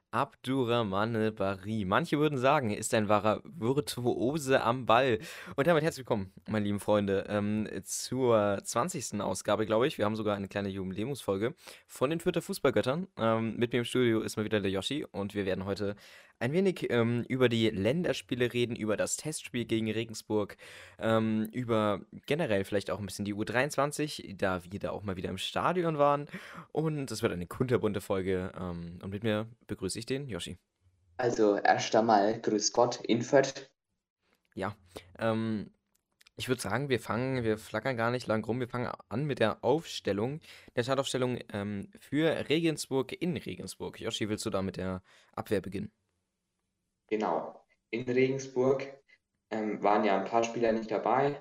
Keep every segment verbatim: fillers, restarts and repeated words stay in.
Abdurrahmane Barry. Manche würden sagen, er ist ein wahrer Virtuose am Ball. Und damit herzlich willkommen, meine lieben Freunde, ähm, zur zwanzigsten Ausgabe, glaube ich. Wir haben sogar eine kleine Jubiläumsfolge von den Fürther Fußballgöttern. Ähm, mit mir im Studio ist mal wieder der Yoshi und wir werden heute ein wenig ähm, über die Länderspiele reden, über das Testspiel gegen Regensburg, ähm, über generell vielleicht auch ein bisschen die U dreiundzwanzig, da wir da auch mal wieder im Stadion waren. Und es wird eine kunterbunte Folge. Ähm, und mit mir begrüße ich den Yoshi. Also erst einmal Grüß Gott, Infert. Ja, ähm, ich würde sagen, wir fangen, wir flackern gar nicht lang rum. Wir fangen an mit der Aufstellung, der Startaufstellung ähm, für Regensburg in Regensburg. Yoshi, willst du da mit der Abwehr beginnen? Genau. In Regensburg ähm, waren ja ein paar Spieler nicht dabei,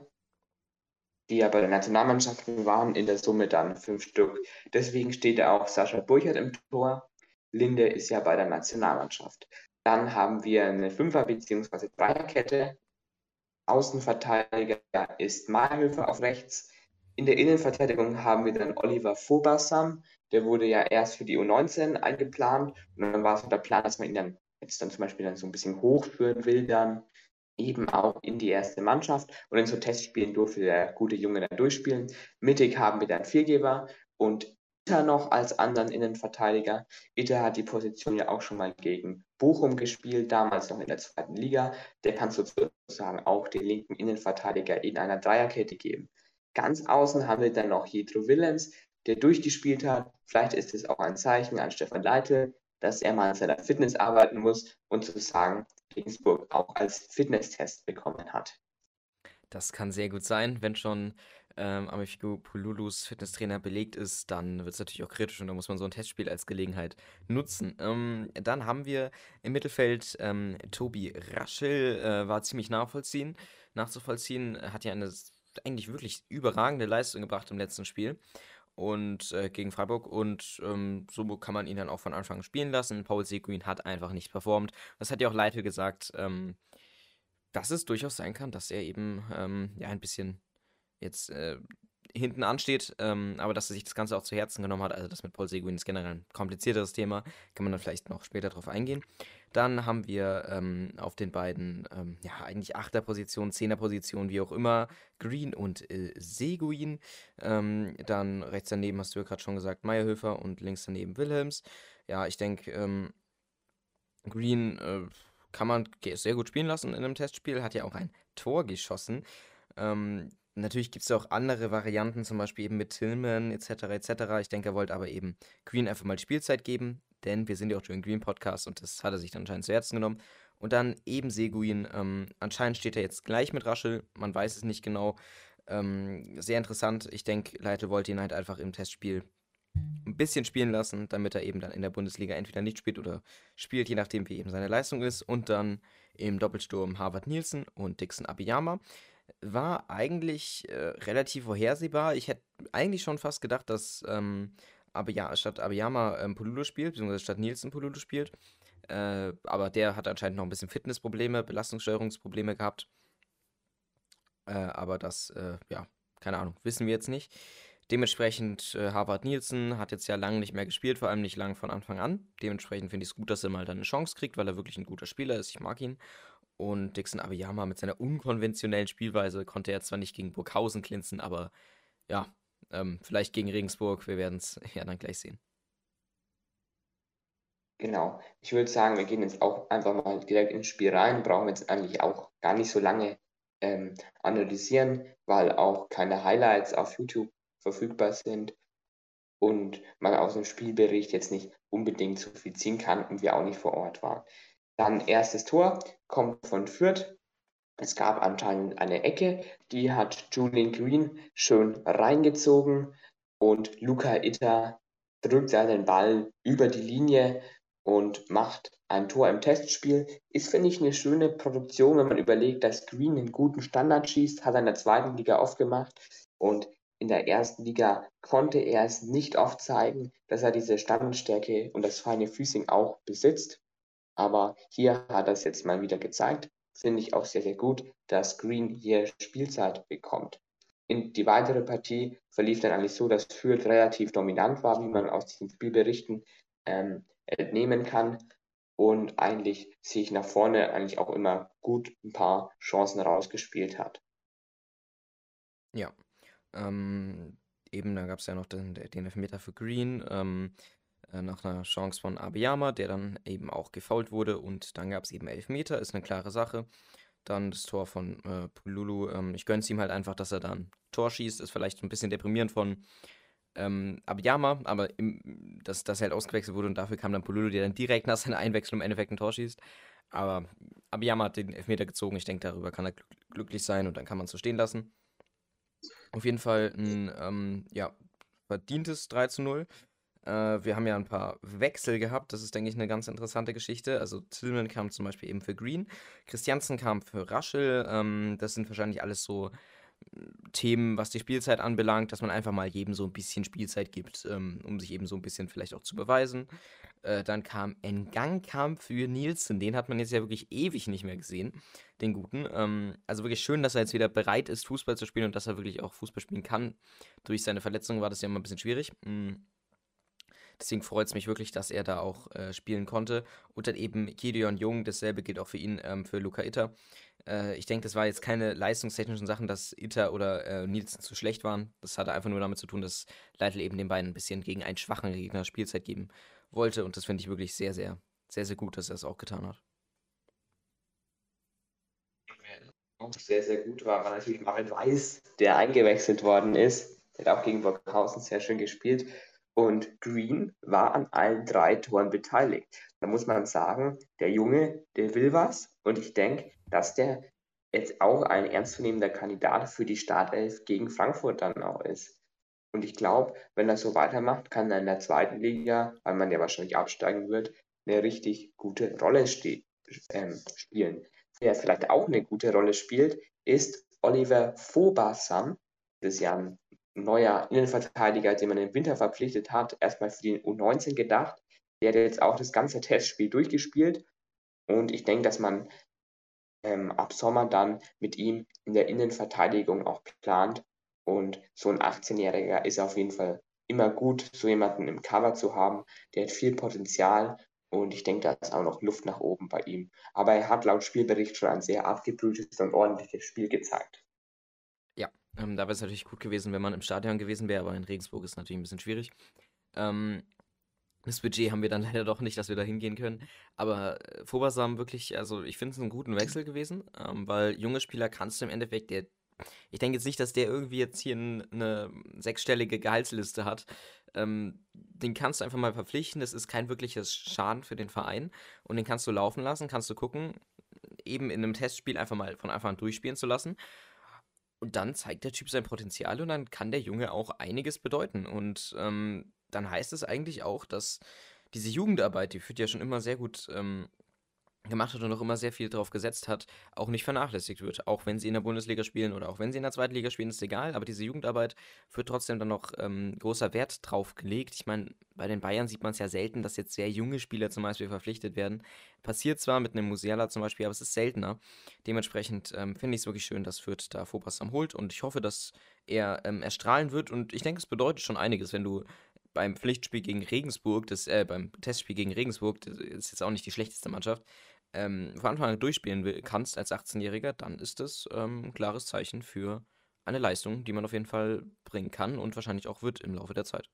die ja bei der Nationalmannschaft waren, in der Summe dann fünf Stück. Deswegen steht da auch Sascha Burchert im Tor. Linde ist ja bei der Nationalmannschaft. Dann haben wir eine Fünfer- bzw. Dreierkette. Außenverteidiger ist Mayhöfer auf rechts. In der Innenverteidigung haben wir dann Oliver Fobassam. Der wurde ja erst für die U neunzehn eingeplant. Und dann war es so der Plan, dass man ihn dann jetzt dann zum Beispiel dann so ein bisschen hochführen will, dann eben auch in die erste Mannschaft. Und in so Testspielen durfte der gute Junge dann durchspielen. Mittig haben wir dann Viergeber und Itter noch als anderen Innenverteidiger. Itter hat die Position ja auch schon mal gegen Bochum gespielt, damals noch in der zweiten Liga. Der kann sozusagen auch den linken Innenverteidiger in einer Dreierkette geben. Ganz außen haben wir dann noch Jedro Willems, der durchgespielt hat. Vielleicht ist es auch ein Zeichen an Stefan Leitl, dass er mal an seiner Fitness arbeiten muss und sozusagen Regensburg auch als Fitnesstest bekommen hat. Das kann sehr gut sein. Wenn schon ähm, Amifigupululus Fitnesstrainer belegt ist, dann wird es natürlich auch kritisch und da muss man so ein Testspiel als Gelegenheit nutzen. Ähm, dann haben wir im Mittelfeld ähm, Tobi Raschel, äh, war ziemlich nachvollziehen, nachzuvollziehen, hat ja eine s- eigentlich wirklich überragende Leistung gebracht im letzten Spiel und äh, gegen Freiburg und ähm, so kann man ihn dann auch von Anfang an spielen lassen. Paul Seguin hat einfach nicht performt. Das hat ja auch Leitl gesagt. Ähm, dass es durchaus sein kann, dass er eben ähm, ja ein bisschen jetzt äh, hinten ansteht, ähm, aber dass er sich das Ganze auch zu Herzen genommen hat. Also das mit Paul Seguin ist generell ein komplizierteres Thema, kann man dann vielleicht noch später drauf eingehen. Dann haben wir ähm, auf den beiden, ähm, ja, eigentlich Achterpositionen, Zehnerpositionen, wie auch immer, Green und äh, Seguin. Ähm, dann rechts daneben hast du ja gerade schon gesagt, Meyerhöfer und links daneben Wilhelms. Ja, ich denke, ähm, Green äh, kann man ge- sehr gut spielen lassen in einem Testspiel, hat ja auch ein Tor geschossen. Ähm, natürlich gibt es auch andere Varianten, zum Beispiel eben mit Tillman et cetera et cetera. Ich denke, er wollte aber eben Green einfach mal Spielzeit geben, denn wir sind ja auch schon im Green Podcast und das hat er sich dann anscheinend zu Herzen genommen. Und dann eben Seguin. Ähm, anscheinend steht er jetzt gleich mit Raschel, man weiß es nicht genau. Ähm, sehr interessant. Ich denke, Leite wollte ihn halt einfach im Testspiel ein bisschen spielen lassen, damit er eben dann in der Bundesliga entweder nicht spielt oder spielt, je nachdem, wie eben seine Leistung ist. Und dann im Doppelsturm Harvard Nielsen und Dixon Abiyama. War eigentlich äh, relativ vorhersehbar. Ich hätte eigentlich schon fast gedacht, dass ähm, Abiya statt Abiyama ähm, Pululu spielt, beziehungsweise statt Nielsen Pululu spielt. Äh, aber der hat anscheinend noch ein bisschen Fitnessprobleme, Belastungssteuerungsprobleme gehabt. Äh, aber das, äh, ja, keine Ahnung, wissen wir jetzt nicht. Dementsprechend, äh, Harvard Nielsen hat jetzt ja lange nicht mehr gespielt, vor allem nicht lang von Anfang an. Dementsprechend finde ich es gut, dass er mal dann eine Chance kriegt, weil er wirklich ein guter Spieler ist. Ich mag ihn. Und Dixon Abiyama mit seiner unkonventionellen Spielweise konnte er zwar nicht gegen Burghausen glänzen, aber ja, ähm, vielleicht gegen Regensburg. Wir werden es ja dann gleich sehen. Genau. Ich würde sagen, wir gehen jetzt auch einfach mal direkt ins Spiel rein. Brauchen wir jetzt eigentlich auch gar nicht so lange ähm, analysieren, weil auch keine Highlights auf YouTube verfügbar sind und man aus dem Spielbericht jetzt nicht unbedingt so viel ziehen kann und wir auch nicht vor Ort waren. Dann erstes Tor kommt von Fürth. Es gab anscheinend eine Ecke, die hat Julian Green schön reingezogen und Luca Itter drückt seinen Ball über die Linie und macht ein Tor im Testspiel. Ist, finde ich, eine schöne Produktion, wenn man überlegt, dass Green einen guten Standard schießt, hat er in der zweiten Liga oft gemacht und in der ersten Liga konnte er es nicht oft zeigen, dass er diese Standardstärke und das feine Füßing auch besitzt. Aber hier hat er es jetzt mal wieder gezeigt. Finde ich auch sehr, sehr gut, dass Green hier Spielzeit bekommt. In die weitere Partie verlief dann eigentlich so, dass Fürth relativ dominant war, wie man aus diesen Spielberichten ähm, entnehmen kann. und eigentlich sich nach vorne eigentlich auch immer gut ein paar Chancen rausgespielt hat. Ja. Ähm, eben, da gab es ja noch den, den Elfmeter für Green, ähm, äh, nach einer Chance von Abiyama, der dann eben auch gefoult wurde. Und dann gab es eben Elfmeter, ist eine klare Sache. Dann das Tor von äh, Pululu. Ähm, ich gönne es ihm halt einfach, dass er da ein Tor schießt. Ist vielleicht ein bisschen deprimierend von ähm, Abiyama, aber im, dass, dass er halt ausgewechselt wurde und dafür kam dann Pululu, der dann direkt nach seiner Einwechslung im Endeffekt ein Tor schießt. Aber Abiyama hat den Elfmeter gezogen. Ich denke, darüber kann er glück- glücklich sein und dann kann man es so stehen lassen. Auf jeden Fall ein ähm, ja, verdientes drei zu null. Äh, wir haben ja ein paar Wechsel gehabt. Das ist, denke ich, eine ganz interessante Geschichte. Also Tillman kam zum Beispiel eben für Green. Christiansen kam für Raschel. Ähm, das sind wahrscheinlich alles so Themen, was die Spielzeit anbelangt, dass man einfach mal jedem so ein bisschen Spielzeit gibt, ähm, um sich eben so ein bisschen vielleicht auch zu beweisen. Äh, dann kam N'Gang kam für Nielsen. Den hat man jetzt ja wirklich ewig nicht mehr gesehen, den Guten. Ähm, also wirklich schön, dass er jetzt wieder bereit ist, Fußball zu spielen und dass er wirklich auch Fußball spielen kann. Durch seine Verletzung war das ja immer ein bisschen schwierig. Mm. Deswegen freut es mich wirklich, dass er da auch äh, spielen konnte. Und dann eben Gideon Jung, dasselbe gilt auch für ihn, ähm, für Luca Itter. Äh, ich denke, das war jetzt keine leistungstechnischen Sachen, dass Itter oder äh, Nielsen zu schlecht waren. Das hatte einfach nur damit zu tun, dass Leitl eben den beiden ein bisschen gegen einen schwachen Gegner Spielzeit geben wollte. Und das finde ich wirklich sehr, sehr, sehr, sehr gut, dass er es auch getan hat. Auch sehr, sehr gut war, war natürlich Marvin Weiß, der eingewechselt worden ist. Der hat auch gegen Burghausen sehr schön gespielt. Und Green war an allen drei Toren beteiligt. Da muss man sagen, der Junge, der will was. Und ich denke, dass der jetzt auch ein ernstzunehmender Kandidat für die Startelf gegen Frankfurt dann auch ist. Und ich glaube, wenn er so weitermacht, kann er in der zweiten Liga, weil man ja wahrscheinlich absteigen wird, eine richtig gute Rolle ste- ähm, spielen. Wer vielleicht auch eine gute Rolle spielt, ist Oliver Fobasan. Das ist ja ein neuer Innenverteidiger, den man im Winter verpflichtet hat, erstmal für den U neunzehn gedacht. Der hat jetzt auch das ganze Testspiel durchgespielt und ich denke, dass man ähm, ab Sommer dann mit ihm in der Innenverteidigung auch plant. Und so ein achtzehn-Jähriger ist auf jeden Fall immer gut, so jemanden im Cover zu haben. Der hat viel Potenzial und ich denke, da ist auch noch Luft nach oben bei ihm. Aber er hat laut Spielbericht schon ein sehr abgebrühtes und ordentliches Spiel gezeigt. Ja, ähm, da wäre es natürlich gut gewesen, wenn man im Stadion gewesen wäre, aber in Regensburg ist natürlich ein bisschen schwierig. Ähm, Das Budget haben wir dann leider doch nicht, dass wir da hingehen können. Aber äh, Fobasam wirklich, also ich finde es einen guten Wechsel gewesen, ähm, weil junge Spieler kannst du im Endeffekt, der, ich denke jetzt nicht, dass der irgendwie jetzt hier n- eine sechsstellige Gehaltsliste hat. Ähm, den kannst du einfach mal verpflichten, das ist kein wirkliches Schaden für den Verein und den kannst du laufen lassen, kannst du gucken, eben in einem Testspiel einfach mal von Anfang an durchspielen zu lassen. Und dann zeigt der Typ sein Potenzial und dann kann der Junge auch einiges bedeuten. Und ähm, dann heißt es eigentlich auch, dass diese Jugendarbeit, die Fürth ja schon immer sehr gut ähm, gemacht hat und auch immer sehr viel drauf gesetzt hat, auch nicht vernachlässigt wird. Auch wenn sie in der Bundesliga spielen oder auch wenn sie in der zweiten Liga spielen, ist egal. Aber diese Jugendarbeit wird trotzdem dann noch ähm, großer Wert drauf gelegt. Ich meine, bei den Bayern sieht man es ja selten, dass jetzt sehr junge Spieler zum Beispiel verpflichtet werden. Passiert zwar mit einem Musiala zum Beispiel, aber es ist seltener. Dementsprechend ähm, finde ich es wirklich schön, dass Fürth da Fopasam holt und ich hoffe, dass er ähm, erstrahlen wird und ich denke, es bedeutet schon einiges, wenn du beim Pflichtspiel gegen Regensburg, das, äh, beim Testspiel gegen Regensburg, das ist jetzt auch nicht die schlechteste Mannschaft, ähm, von Anfang an durchspielen will, kannst als achtzehn-Jähriger, dann ist das ähm, ein klares Zeichen für eine Leistung, die man auf jeden Fall bringen kann und wahrscheinlich auch wird im Laufe der Zeit.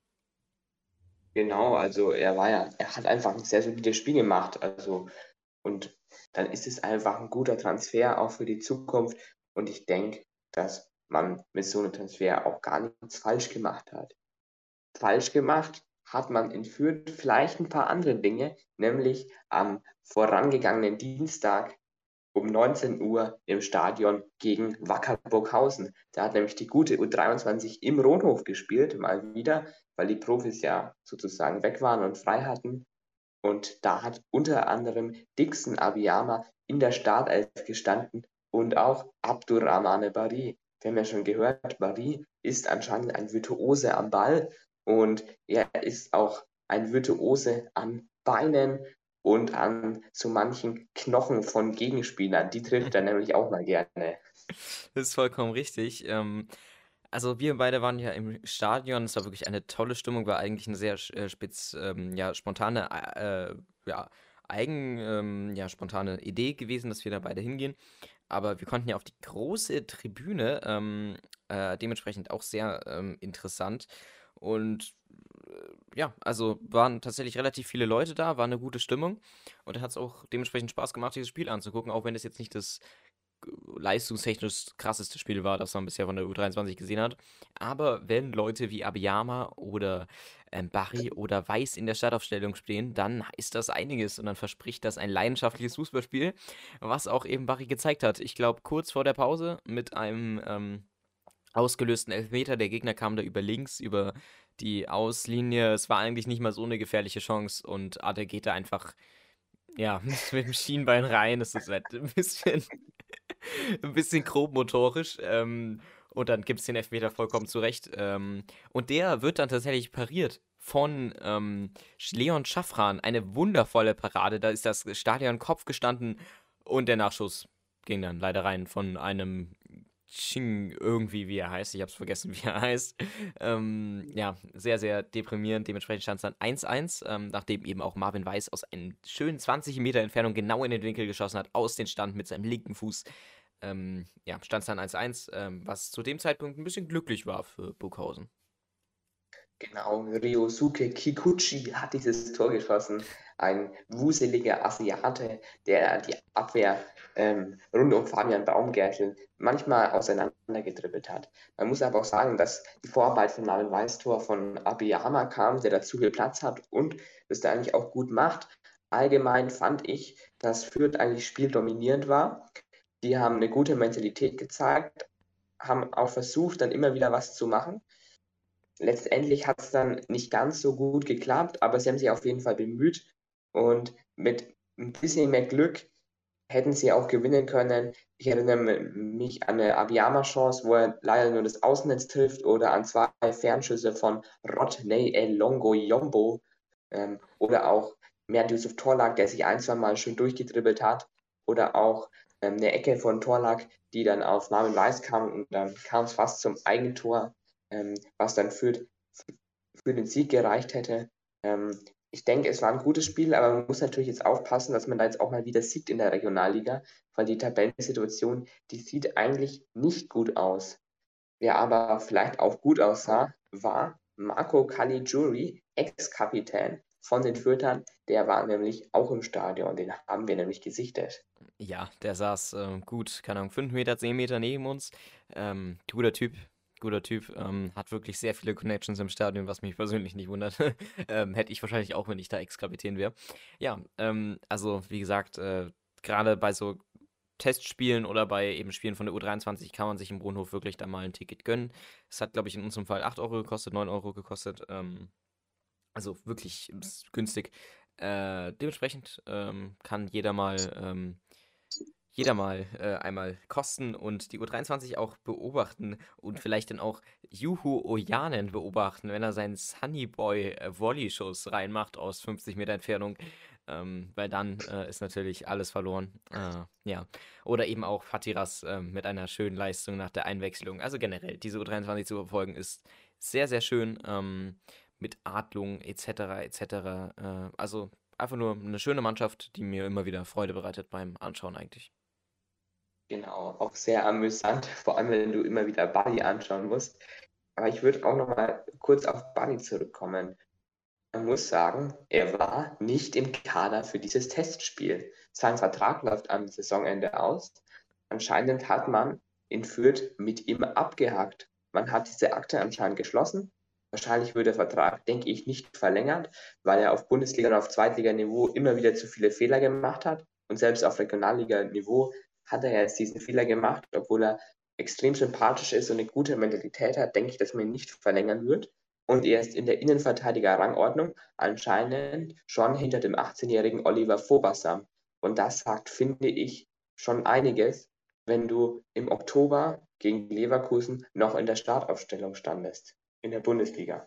Genau, also er war ja, er hat einfach ein sehr solides Spiel gemacht. Also, und dann ist es einfach ein guter Transfer auch für die Zukunft. Und ich denke, dass man mit so einem Transfer auch gar nichts falsch gemacht hat. Falsch gemacht hat man in Fürth vielleicht ein paar andere Dinge, nämlich am vorangegangenen Dienstag um neunzehn Uhr im Stadion gegen Wacker Burghausen. Da hat nämlich die gute U dreiundzwanzig im Rohnhof gespielt, mal wieder, weil die Profis ja sozusagen weg waren und frei hatten. Und da hat unter anderem Dixon Abiyama in der Startelf gestanden und auch Abdurrahmane Bari. Wir haben ja schon gehört, Bari ist anscheinend ein Virtuose am Ball und er ist auch ein Virtuose an Beinen und an so manchen Knochen von Gegenspielern. Die trifft er nämlich auch mal gerne. Das ist vollkommen richtig. Ähm, also wir beide waren ja im Stadion. Es war wirklich eine tolle Stimmung, war eigentlich eine sehr äh, spitz, ähm, ja, spontane äh, ja, eigen, ähm, ja, spontane Idee gewesen, dass wir da beide hingehen. Aber wir konnten ja auf die große Tribüne, ähm, äh, dementsprechend auch sehr ähm, interessant. Und äh, ja, also waren tatsächlich relativ viele Leute da, war eine gute Stimmung. Und da hat es auch dementsprechend Spaß gemacht, dieses Spiel anzugucken, auch wenn es jetzt nicht das leistungstechnisch krasseste Spiel war, das man bisher von der U dreiundzwanzig gesehen hat. Aber wenn Leute wie Abiyama oder ähm, Barry oder Weiß in der Startaufstellung stehen, dann heißt das einiges und dann verspricht das ein leidenschaftliches Fußballspiel, was auch eben Barry gezeigt hat. Ich glaube, kurz vor der Pause mit einem ähm, ausgelösten Elfmeter, der Gegner kam da über links, über die Auslinie. Es war eigentlich nicht mal so eine gefährliche Chance und Ade geht da einfach, ja, mit dem Schienbein rein. Das ist halt ein bisschen ein bisschen grob motorisch. Ähm, und dann gibt es den Elfmeter vollkommen zurecht. Ähm, und der wird dann tatsächlich pariert von ähm, Leon Schaffran. Eine wundervolle Parade. Da ist das Stadion Kopf gestanden und der Nachschuss ging dann leider rein von einem Ching irgendwie, wie er heißt. Ich habe es vergessen, wie er heißt. Ähm, ja, sehr, sehr deprimierend. Dementsprechend stand es dann eins eins, ähm, nachdem eben auch Marvin Weiß aus einem schönen zwanzig Meter Entfernung genau in den Winkel geschossen hat, aus den Stand mit seinem linken Fuß. Ähm, ja, stand es dann eins eins, ähm, was zu dem Zeitpunkt ein bisschen glücklich war für Burghausen. Genau, Ryosuke Kikuchi hat dieses Tor geschossen. Ein wuseliger Asiate, der die Abwehr ähm, rund um Fabian Baumgärtel manchmal auseinandergedribbelt hat. Man muss aber auch sagen, dass die Vorarbeit von Marvin Weiß Tor von Abiyama kam, der dazu viel Platz hat und das da eigentlich auch gut macht. Allgemein fand ich, dass Fürth eigentlich spieldominierend war. Die haben eine gute Mentalität gezeigt, haben auch versucht, dann immer wieder was zu machen. Letztendlich hat es dann nicht ganz so gut geklappt, aber sie haben sich auf jeden Fall bemüht und mit ein bisschen mehr Glück hätten sie auch gewinnen können. Ich erinnere mich an eine Abiyama-Chance, wo er leider nur das Außennetz trifft oder an zwei Fernschüsse von Rodney Elongo Yombo ähm, oder auch Mert Yusuf Torlak, der sich ein, zwei Mal schön durchgedribbelt hat oder auch ähm, eine Ecke von Torlak, die dann auf Marvin Weiß kam und dann kam es fast zum Eigentor, ähm, was dann für, für den Sieg gereicht hätte. Ähm, ich denke, es war ein gutes Spiel, aber man muss natürlich jetzt aufpassen, dass man da jetzt auch mal wieder siegt in der Regionalliga, weil die Tabellensituation, die sieht eigentlich nicht gut aus. Wer aber vielleicht auch gut aussah, war Marco Caligiuri, Ex-Kapitän von den Fürthern. Der war nämlich auch im Stadion, den haben wir nämlich gesichtet. Ja, der saß ähm, gut, keine Ahnung, fünf Meter, zehn Meter neben uns. Ähm, guter Typ, guter Typ. Ähm, hat wirklich sehr viele Connections im Stadion, was mich persönlich nicht wundert. ähm, hätte ich wahrscheinlich auch, wenn ich da Ex-Kapitän wäre. Ja, ähm, also wie gesagt, äh, gerade bei so Testspielen oder bei eben Spielen von der U dreiundzwanzig kann man sich im Brunnenhof wirklich da mal ein Ticket gönnen. Es hat, glaube ich, in unserem Fall acht Euro gekostet, neun Euro gekostet. Ähm, also wirklich s- günstig. Äh, dementsprechend ähm, kann jeder mal ähm, jeder mal äh, einmal kosten und die U dreiundzwanzig auch beobachten und vielleicht dann auch Juhu Ojanen beobachten, wenn er seinen Sunnyboy äh, Volley-Schuss reinmacht aus fünfzig Meter Entfernung, ähm, weil dann äh, ist natürlich alles verloren. Äh, ja. Oder eben auch Fatiras äh, mit einer schönen Leistung nach der Einwechslung. Also generell, diese U dreiundzwanzig zu verfolgen ist sehr, sehr schön. Ähm, mit Adlung et cetera et cetera. Äh, also einfach nur eine schöne Mannschaft, die mir immer wieder Freude bereitet beim Anschauen eigentlich. Genau, auch sehr amüsant, vor allem wenn du immer wieder Bali anschauen musst. Aber ich würde auch noch mal kurz auf Bali zurückkommen. Man muss sagen, er war nicht im Kader für dieses Testspiel. Sein Vertrag läuft am Saisonende aus. Anscheinend hat man in Fürth mit ihm abgehakt. Man hat diese Akte anscheinend geschlossen. Wahrscheinlich wird der Vertrag, denke ich, nicht verlängert, weil er auf Bundesliga- und auf Zweitliganiveau immer wieder zu viele Fehler gemacht hat. Und selbst auf Regionalliganiveau hat er jetzt diesen Fehler gemacht, obwohl er extrem sympathisch ist und eine gute Mentalität hat, denke ich, dass man ihn nicht verlängern wird. Und er ist in der Innenverteidiger-Rangordnung anscheinend schon hinter dem achtzehnjährigen Oliver Fobassam. Und das sagt, finde ich, schon einiges, wenn du im Oktober gegen Leverkusen noch in der Startaufstellung standest, in der Bundesliga.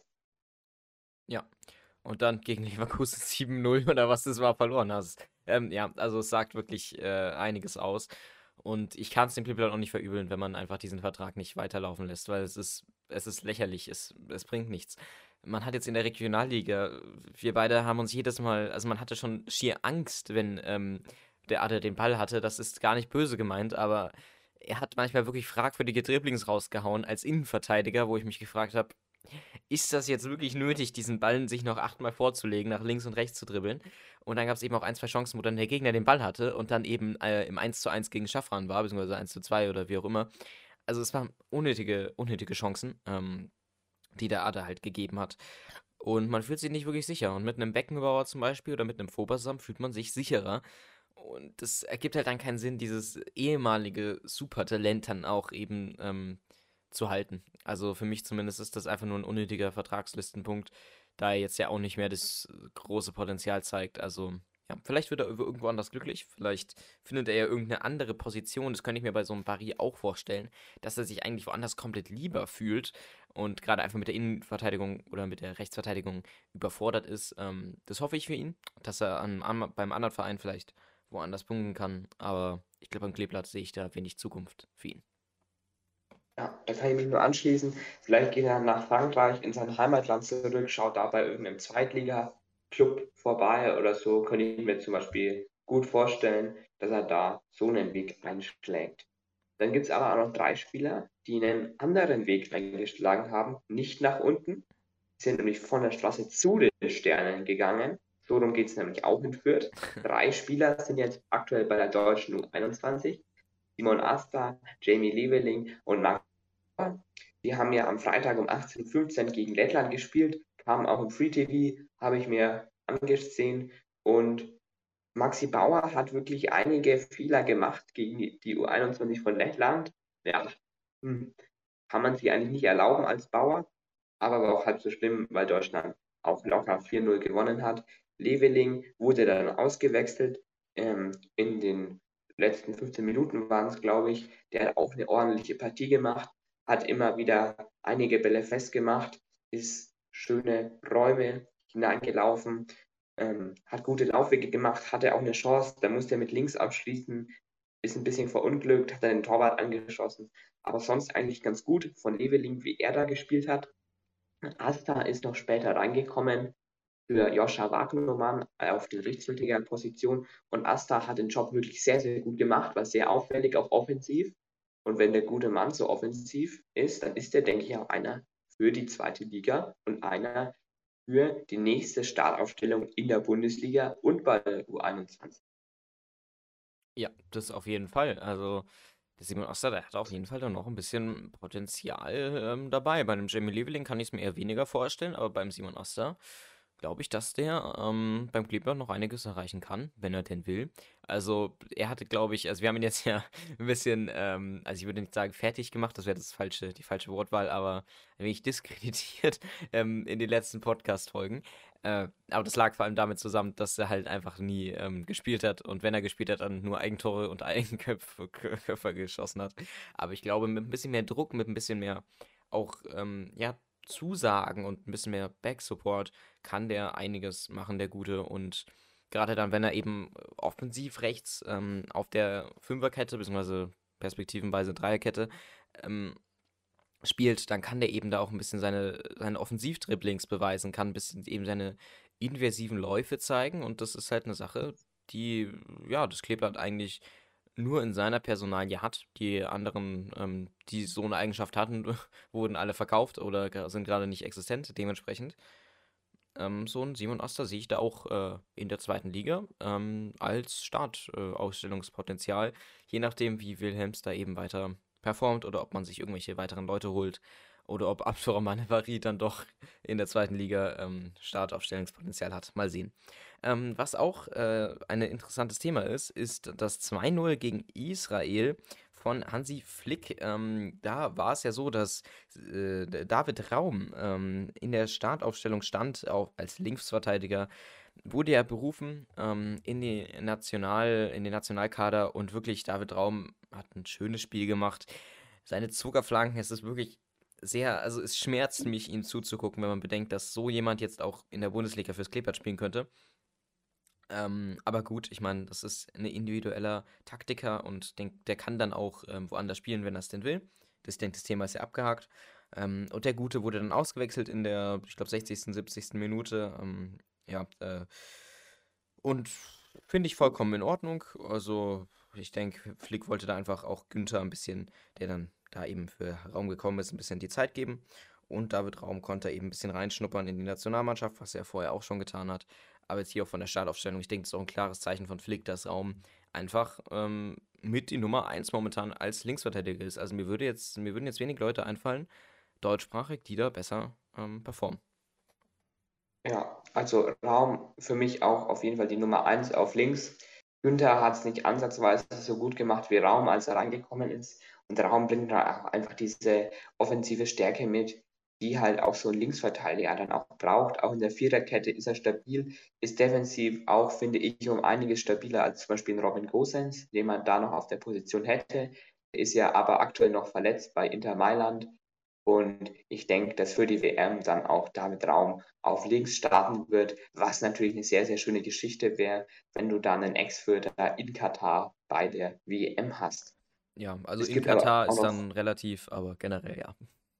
Ja. Und dann gegen Leverkusen sieben null oder was das war, verloren hast. Ähm, ja, also es sagt wirklich äh, einiges aus. Und ich kann es dem Klippert auch nicht verübeln, wenn man einfach diesen Vertrag nicht weiterlaufen lässt, weil es ist, es ist lächerlich, es, es bringt nichts. man hat jetzt in der Regionalliga, wir beide haben uns jedes Mal, also man hatte schon schier Angst, wenn ähm, der Adel den Ball hatte. Das ist gar nicht böse gemeint, aber er hat manchmal wirklich fragwürdige Dribblings rausgehauen als Innenverteidiger, wo ich mich gefragt habe, ist das jetzt wirklich nötig, diesen Ball sich noch achtmal vorzulegen, nach links und rechts zu dribbeln? Und dann gab es eben auch ein, zwei Chancen, wo dann der Gegner den Ball hatte und dann eben äh, im eins zu eins gegen Schafran war, beziehungsweise eins zu zwei oder wie auch immer. Also es waren unnötige, unnötige Chancen, ähm, die der Adel halt gegeben hat. Und man fühlt sich nicht wirklich sicher. Und mit einem Beckenbauer zum Beispiel oder mit einem Fobersam fühlt man sich sicherer. Und das ergibt halt dann keinen Sinn, dieses ehemalige Supertalent dann auch eben ähm, zu halten. Also für mich zumindest ist das einfach nur ein unnötiger Vertragslistenpunkt, da er jetzt ja auch nicht mehr das große Potenzial zeigt. Also ja, vielleicht wird er irgendwo anders glücklich, vielleicht findet er ja irgendeine andere Position. Das könnte ich mir bei so einem Barry auch vorstellen, dass er sich eigentlich woanders komplett lieber fühlt und gerade einfach mit der Innenverteidigung oder mit der Rechtsverteidigung überfordert ist. Ähm, das hoffe ich für ihn, dass er an, an, beim anderen Verein vielleicht woanders punkten kann. Aber ich glaube, beim Kleeblatt sehe ich da wenig Zukunft für ihn. Ja, da kann ich mich nur anschließen. Vielleicht geht er nach Frankreich in sein Heimatland zurück, schaut da bei irgendeinem Zweitliga-Club vorbei oder so. Könnte ich mir zum Beispiel gut vorstellen, dass er da so einen Weg einschlägt. Dann gibt es aber auch noch drei Spieler, die einen anderen Weg eingeschlagen haben, nicht nach unten, sind nämlich von der Straße zu den Sternen gegangen. So rum geht es nämlich auch in Fürth. Drei Spieler sind jetzt aktuell bei der deutschen U einundzwanzig. Simon Asta, Jamie Leveling und Marc. Die haben ja am Freitag um achtzehn Uhr fünfzehn gegen Lettland gespielt, kamen auch im Free T V, habe ich mir angesehen. Und Maxi Bauer hat wirklich einige Fehler gemacht gegen die U einundzwanzig von Lettland. Ja, hm, kann man sich eigentlich nicht erlauben als Bauer, aber war auch halb so schlimm, weil Deutschland auch locker vier null gewonnen hat. Leveling wurde dann ausgewechselt. Ähm, in den letzten fünfzehn Minuten waren es, glaube ich. Der hat auch eine ordentliche Partie gemacht, hat immer wieder einige Bälle festgemacht, ist schöne Räume hineingelaufen, ähm, hat gute Laufwege gemacht, hatte auch eine Chance, da musste er mit links abschließen, ist ein bisschen verunglückt, hat dann den Torwart angeschossen, aber sonst eigentlich ganz gut von Leveling, wie er da gespielt hat. Asta ist noch später reingekommen für Joscha Wagnermann auf die Rechtsverteidigerposition und Asta hat den Job wirklich sehr, sehr gut gemacht, war sehr auffällig, auch offensiv. Und wenn der gute Mann so offensiv ist, dann ist er, denke ich, auch einer für die zweite Liga und einer für die nächste Startaufstellung in der Bundesliga und bei der U einundzwanzig. Ja, das auf jeden Fall. Also, der Simon Oster, der hat auf jeden Fall dann noch ein bisschen Potenzial ähm, dabei. Bei dem Jamie Leveling kann ich es mir eher weniger vorstellen, aber beim Simon Oster glaube ich, dass der ähm, beim Kleeblatt noch einiges erreichen kann, wenn er denn will. Also, er hatte, glaube ich, also wir haben ihn jetzt ja ein bisschen, ähm, also ich würde nicht sagen fertig gemacht, das wäre das falsche, die falsche Wortwahl, aber ein wenig diskreditiert ähm, in den letzten Podcast-Folgen. Äh, aber das lag vor allem damit zusammen, dass er halt einfach nie ähm, gespielt hat und wenn er gespielt hat, dann nur Eigentore und Eigenköpfe Köpfe geschossen hat. Aber ich glaube, mit ein bisschen mehr Druck, mit ein bisschen mehr auch, ähm, ja, Zusagen und ein bisschen mehr Backsupport kann der einiges machen, der Gute. Und gerade dann, wenn er eben offensiv rechts ähm, auf der Fünferkette, beziehungsweise perspektivenweise Dreierkette, ähm, spielt, dann kann der eben da auch ein bisschen seine, seine Offensivdribblings beweisen, kann ein bisschen eben seine inversiven Läufe zeigen. Und das ist halt eine Sache, die, ja, das Kleeblatt eigentlich nur in seiner Personalie hat. Die anderen, ähm, die so eine Eigenschaft hatten, wurden alle verkauft oder gra- sind gerade nicht existent. Dementsprechend ähm, so ein Simon Oster sehe ich da auch äh, in der zweiten Liga ähm, als Startausstellungspotenzial, äh, Ausstellungspotenzial, je nachdem, wie Wilhelms da eben weiter performt oder ob man sich irgendwelche weiteren Leute holt oder ob Abdurrahmane Bari dann doch in der zweiten Liga ähm, Startaufstellungspotenzial hat. Mal sehen. Ähm, was auch äh, ein interessantes Thema ist, ist das zwei null gegen Israel von Hansi Flick. Ähm, da war es ja so, dass äh, David Raum ähm, in der Startaufstellung stand, auch als Linksverteidiger, wurde er berufen ähm, in die National, in den Nationalkader und wirklich David Raum hat ein schönes Spiel gemacht. Seine Zuckerflanken, es ist wirklich sehr, also es schmerzt mich, ihm zuzugucken, wenn man bedenkt, dass so jemand jetzt auch in der Bundesliga fürs Kleeblatt spielen könnte. Ähm, aber gut, ich meine, das ist ein individueller Taktiker und denk, der kann dann auch ähm, woanders spielen, wenn er es denn will. Das, ich denke, das Thema ist ja abgehakt. Ähm, und der Gute wurde dann ausgewechselt in der, ich glaube, sechzigsten., siebzigsten Minute. Ähm, ja, äh, und finde ich vollkommen in Ordnung. Also, ich denke, Flick wollte da einfach auch Günther ein bisschen, der dann da eben für Raum gekommen ist, ein bisschen die Zeit geben. Und David Raum konnte eben ein bisschen reinschnuppern in die Nationalmannschaft, was er vorher auch schon getan hat. Aber jetzt hier auch von der Startaufstellung, ich denke, das ist auch ein klares Zeichen von Flick, dass Raum einfach ähm, mit die Nummer eins momentan als Linksverteidiger ist. Also mir würde jetzt, mir würden jetzt wenig Leute einfallen, deutschsprachig, die da besser ähm, performen. Ja, also Raum für mich auch auf jeden Fall die Nummer eins auf links. Günther hat es nicht ansatzweise so gut gemacht wie Raum, als er reingekommen ist. Und Raum bringt da auch einfach diese offensive Stärke mit, die halt auch so ein Linksverteidiger dann auch braucht. Auch in der Viererkette ist er stabil, ist defensiv auch, finde ich, um einiges stabiler als zum Beispiel ein Robin Gosens, den man da noch auf der Position hätte. Er ist ja aber aktuell noch verletzt bei Inter Mailand. Und ich denke, dass für die W M dann auch David Raum auf links starten wird, was natürlich eine sehr, sehr schöne Geschichte wäre, wenn du dann einen Ex-Fürther in Katar bei der W M hast. Ja, also Es in gibt aber Katar auch ist noch, dann relativ, aber generell ja.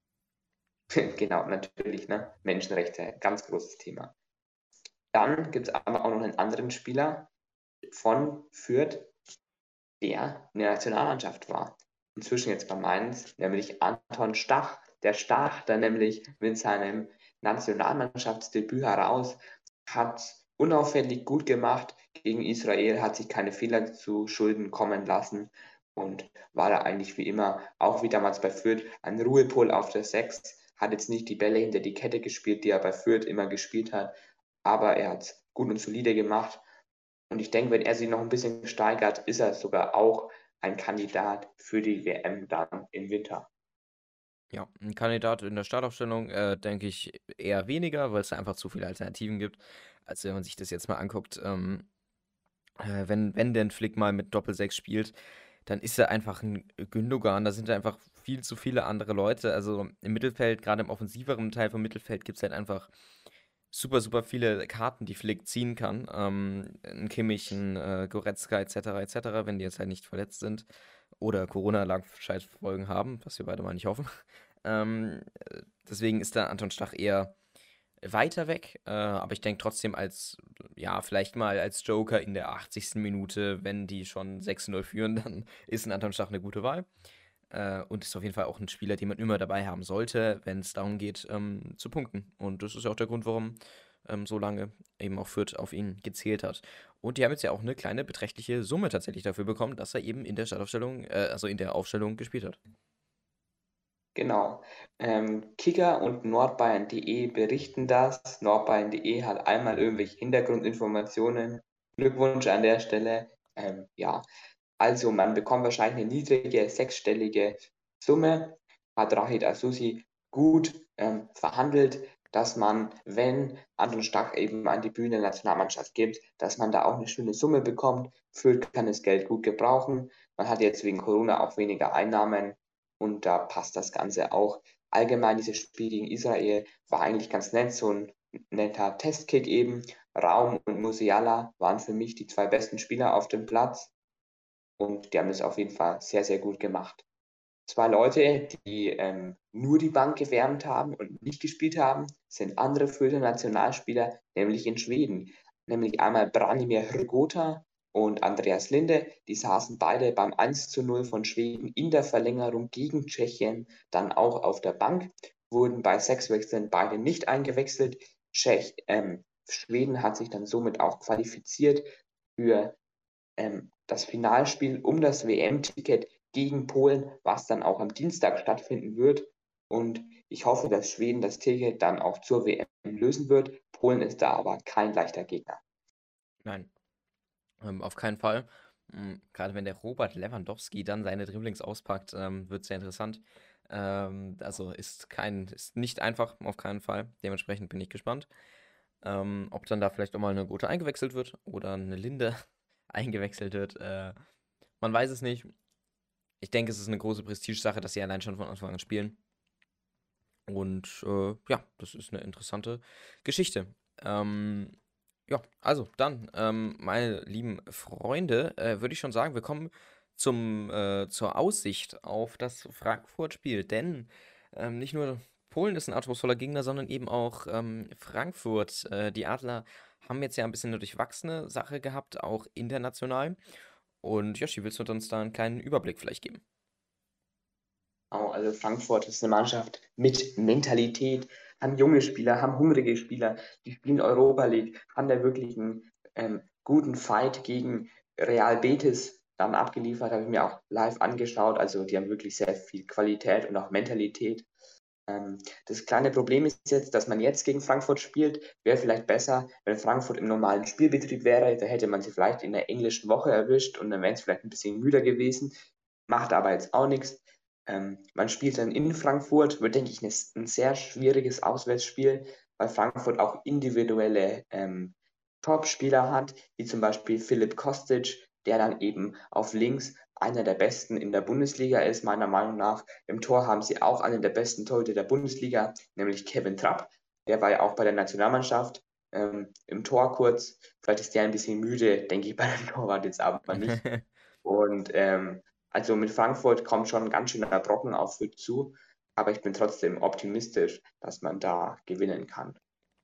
genau, natürlich, ne, Menschenrechte, ganz großes Thema. Dann gibt es aber auch noch einen anderen Spieler von Fürth, der in der Nationalmannschaft war. Inzwischen jetzt bei Mainz, nämlich Anton Stach. Der stach dann nämlich mit seinem Nationalmannschaftsdebüt heraus, hat unauffällig gut gemacht gegen Israel, hat sich keine Fehler zu Schulden kommen lassen und war da eigentlich wie immer, auch wie damals bei Fürth, ein Ruhepol auf der Sechs, hat jetzt nicht die Bälle hinter die Kette gespielt, die er bei Fürth immer gespielt hat, aber er hat es gut und solide gemacht und ich denke, wenn er sich noch ein bisschen steigert, ist er sogar auch ein Kandidat für die W M dann im Winter. Ja, ein Kandidat in der Startaufstellung, äh, denke ich eher weniger, weil es da einfach zu viele Alternativen gibt. Also wenn man sich das jetzt mal anguckt, ähm, äh, wenn, wenn denn Flick mal mit Doppel-Sechs spielt, dann ist er einfach ein Gündogan. Da sind einfach viel zu viele andere Leute. Also im Mittelfeld, gerade im offensiveren Teil vom Mittelfeld, gibt es halt einfach super, super viele Karten, die Flick ziehen kann. Ähm, ein Kimmich, ein äh, Goretzka et cetera et cetera, wenn die jetzt halt nicht verletzt sind oder Corona-Langzeitfolgen haben, was wir beide mal nicht hoffen. Ähm, äh, deswegen ist da Anton Stach eher weiter weg, äh, aber ich denke trotzdem als, ja, vielleicht mal als Joker in der achtzigsten Minute, wenn die schon sechs zu null führen, dann ist ein Anton Stach eine gute Wahl. Äh, und ist auf jeden Fall auch ein Spieler, den man immer dabei haben sollte, wenn es darum geht, ähm, zu punkten. Und das ist ja auch der Grund, warum ähm, so lange eben auch Fürth auf ihn gezählt hat. Und die haben jetzt ja auch eine kleine beträchtliche Summe tatsächlich dafür bekommen, dass er eben in der Startaufstellung, äh, also in der Aufstellung gespielt hat. Genau. Ähm, Kicker und nordbayern.de berichten das. nordbayern.de hat einmal irgendwelche Hintergrundinformationen. Glückwunsch an der Stelle. Ähm, ja, also man bekommt wahrscheinlich eine niedrige sechsstellige Summe. Hat Rahid Asusi gut ähm, verhandelt, dass man, wenn Anton Stach eben an die Bühne der Nationalmannschaft gibt, dass man da auch eine schöne Summe bekommt. Fürth kann das Geld gut gebrauchen. Man hat jetzt wegen Corona auch weniger Einnahmen und da passt das Ganze auch. Allgemein, dieses Spiel gegen Israel war eigentlich ganz nett, so ein netter Testkick eben. Raum und Musiala waren für mich die zwei besten Spieler auf dem Platz und die haben das auf jeden Fall sehr, sehr gut gemacht. Zwei Leute, die ähm, nur die Bank gewärmt haben und nicht gespielt haben, sind andere Fürther Nationalspieler, nämlich in Schweden. Nämlich einmal Branimir Hrgota und Andreas Linde. Die saßen beide beim eins zu null von Schweden in der Verlängerung gegen Tschechien dann auch auf der Bank, wurden bei sechs Wechseln beide nicht eingewechselt. Tschech, ähm, Schweden hat sich dann somit auch qualifiziert für ähm, das Finalspiel um das W M-Ticket gegen Polen, was dann auch am Dienstag stattfinden wird. Und ich hoffe, dass Schweden das Ticket dann auch zur W M lösen wird. Polen ist da aber kein leichter Gegner. Nein, ähm, auf keinen Fall. Mhm, gerade wenn der Robert Lewandowski dann seine Dribblings auspackt, ähm, wird sehr interessant. Ähm, also ist kein, ist nicht einfach, auf keinen Fall. Dementsprechend bin ich gespannt, ähm, ob dann da vielleicht auch mal eine gute eingewechselt wird oder eine Linde eingewechselt wird. Äh, man weiß es nicht. Ich denke, es ist eine große Prestigesache, dass sie allein schon von Anfang an spielen. Und äh, ja, das ist eine interessante Geschichte. Ähm, ja, also dann, ähm, meine lieben Freunde, äh, würde ich schon sagen, wir kommen zum, äh, zur Aussicht auf das Frankfurt-Spiel. Denn Ähm, nicht nur Polen ist ein anspruchsvoller Gegner, sondern eben auch ähm, Frankfurt. Äh, die Adler haben jetzt ja ein bisschen eine durchwachsene Sache gehabt, auch international. Und Joshi, willst du uns da einen kleinen Überblick vielleicht geben? Genau, also Frankfurt ist eine Mannschaft mit Mentalität, haben junge Spieler, haben hungrige Spieler, die spielen Europa League, haben da wirklich einen ähm, guten Fight gegen Real Betis dann abgeliefert, habe ich mir auch live angeschaut. Also die haben wirklich sehr viel Qualität und auch Mentalität. Ähm, das kleine Problem ist jetzt, dass man jetzt gegen Frankfurt spielt. Wäre vielleicht besser, wenn Frankfurt im normalen Spielbetrieb wäre. Da hätte man sie vielleicht in der englischen Woche erwischt und dann wären es vielleicht ein bisschen müder gewesen. Macht aber jetzt auch nichts. Ähm, man spielt dann in Frankfurt, wird, denke ich, ein, ein sehr schwieriges Auswärtsspiel, weil Frankfurt auch individuelle ähm, Top-Spieler hat, wie zum Beispiel Philipp Kostic, der dann eben auf links einer der besten in der Bundesliga ist, meiner Meinung nach. Im Tor haben sie auch einen der besten Torhüter der Bundesliga, nämlich Kevin Trapp. Der war ja auch bei der Nationalmannschaft ähm, im Tor kurz. Vielleicht ist der ein bisschen müde, denke ich bei dem Torwart jetzt aber nicht. Und ähm, also mit Frankfurt kommt schon ein ganz schöner Brocken auf Fürth zu, aber ich bin trotzdem optimistisch, dass man da gewinnen kann.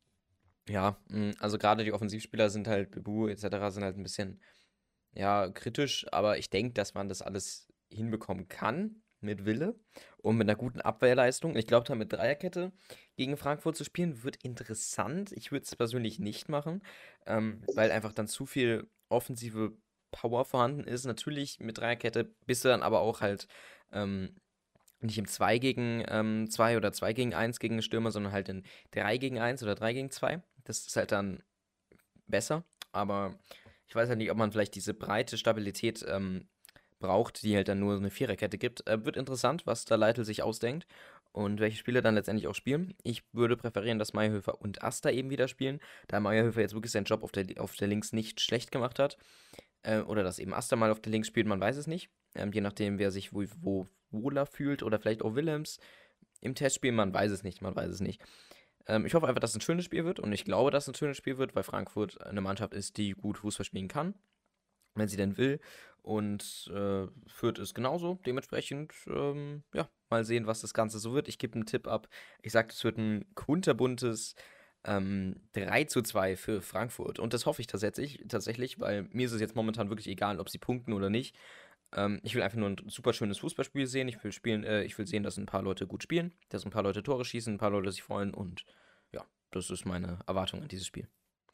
Ja, mh, also gerade die Offensivspieler sind halt, Bebu et cetera, sind halt ein bisschen, ja, kritisch, aber ich denke, dass man das alles hinbekommen kann mit Wille und mit einer guten Abwehrleistung. Ich glaube, da mit Dreierkette gegen Frankfurt zu spielen, wird interessant. Ich würde es persönlich nicht machen, ähm, weil einfach dann zu viel offensive Power vorhanden ist. Natürlich mit Dreierkette bist du dann aber auch halt ähm, nicht im zwei gegen ähm, zwei oder zwei gegen eins gegen einen Stürmer, sondern halt in drei gegen eins oder drei gegen zwei. Das ist halt dann besser, aber ich weiß halt nicht, ob man vielleicht diese breite Stabilität ähm, braucht, die halt dann nur so eine Viererkette gibt. Äh, wird interessant, was da Leitl sich ausdenkt und welche Spieler dann letztendlich auch spielen. Ich würde präferieren, dass Mayhöfer und Asta eben wieder spielen, da Mayhöfer jetzt wirklich seinen Job auf der, auf der Links nicht schlecht gemacht hat. Äh, oder dass eben Asta mal auf der Links spielt, man weiß es nicht. Ähm, je nachdem, wer sich wo, wo wohler fühlt oder vielleicht auch Willems im Testspiel, man weiß es nicht, man weiß es nicht. Ähm, ich hoffe einfach, dass es ein schönes Spiel wird und ich glaube, dass es ein schönes Spiel wird, weil Frankfurt eine Mannschaft ist, die gut Fußball spielen kann, wenn sie denn will. Und äh, Fürth ist genauso. Dementsprechend, ähm, ja, mal sehen, was das Ganze so wird. Ich gebe einen Tipp ab. Ich sage, es wird ein kunterbuntes ähm, drei zu zwei für Frankfurt. Und das hoffe ich tatsächlich, tatsächlich, weil mir ist es jetzt momentan wirklich egal, ob sie punkten oder nicht. Ähm, ich will einfach nur ein super schönes Fußballspiel sehen. Ich will spielen, äh, ich will sehen, dass ein paar Leute gut spielen, dass ein paar Leute Tore schießen, ein paar Leute sich freuen und ja, das ist meine Erwartung an dieses Spiel.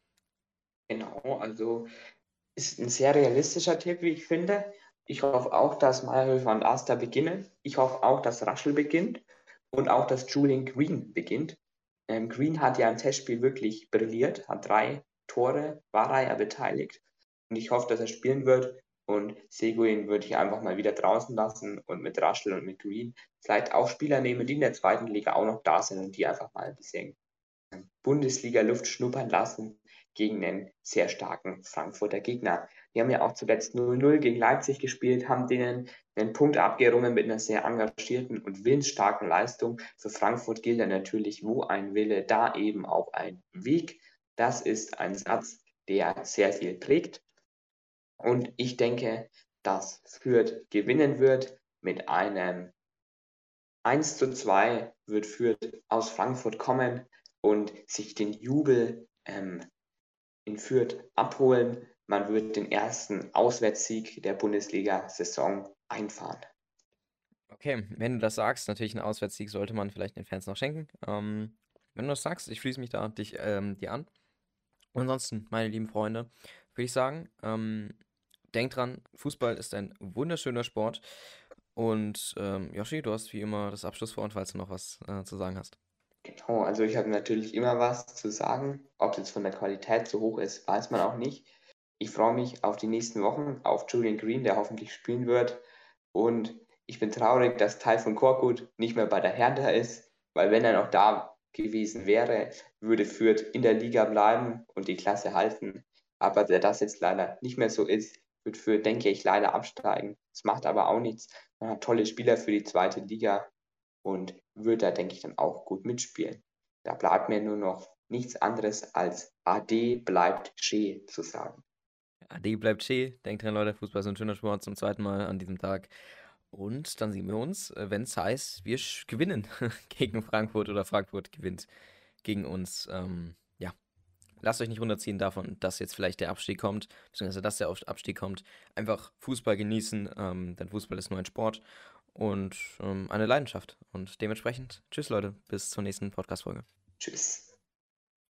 Genau, also ist ein sehr realistischer Tipp, wie ich finde. Ich hoffe auch, dass Mayhöfer und Asta beginnen. Ich hoffe auch, dass Raschel beginnt und auch, dass Julian Green beginnt. Ähm, Green hat ja im Testspiel wirklich brilliert, hat drei Tore, war er ja beteiligt. Und ich hoffe, dass er spielen wird. Und Seguin würde ich einfach mal wieder draußen lassen und mit Raschel und mit Green vielleicht auch Spieler nehmen, die in der zweiten Liga auch noch da sind und die einfach mal ein bisschen Bundesliga-Luft schnuppern lassen gegen einen sehr starken Frankfurter Gegner. Die haben ja auch zuletzt null null gegen Leipzig gespielt, haben denen einen Punkt abgerungen mit einer sehr engagierten und willensstarken Leistung. Für Frankfurt gilt dann natürlich, wo ein Wille, da eben auch ein Weg. Das ist ein Satz, der sehr viel prägt. Und ich denke, dass Fürth gewinnen wird mit einem eins zu zwei wird Fürth aus Frankfurt kommen und sich den Jubel ähm, in Fürth abholen. Man wird den ersten Auswärtssieg der Bundesliga-Saison einfahren. Okay, wenn du das sagst, natürlich ein Auswärtssieg sollte man vielleicht den Fans noch schenken. Ähm, wenn du das sagst, ich schließe mich da dich, ähm, dir an. Und ansonsten, meine lieben Freunde, würde ich sagen, ähm, denkt dran, Fußball ist ein wunderschöner Sport. Und ähm, Joshi, du hast wie immer das Abschlusswort, falls du noch was äh, zu sagen hast. Genau, also ich habe natürlich immer was zu sagen. Ob es jetzt von der Qualität so hoch ist, weiß man auch nicht. Ich freue mich auf die nächsten Wochen, auf Julian Green, der hoffentlich spielen wird. Und ich bin traurig, dass Teil von Korkut nicht mehr bei der Hertha ist, weil wenn er noch da gewesen wäre, würde Fürth in der Liga bleiben und die Klasse halten. Aber da das jetzt leider nicht mehr so ist, wird Fürth, denke ich, leider absteigen. Das macht aber auch nichts. Man hat tolle Spieler für die zweite Liga und wird da, denke ich, dann auch gut mitspielen. Da bleibt mir nur noch nichts anderes als Ade bleibt Che zu sagen. Ade bleibt Che. Denkt dran, Leute, Fußball ist ein schöner Sport zum zweiten Mal an diesem Tag. Und dann sehen wir uns, wenn es heißt, wir sch- gewinnen gegen Frankfurt oder Frankfurt gewinnt gegen uns. Ähm, ja, lasst euch nicht runterziehen davon, dass jetzt vielleicht der Abstieg kommt, beziehungsweise dass der Auf- Abstieg kommt. Einfach Fußball genießen, ähm, denn Fußball ist nur ein Sport und ähm, eine Leidenschaft. Und dementsprechend, tschüss Leute, bis zur nächsten Podcast-Folge. Tschüss.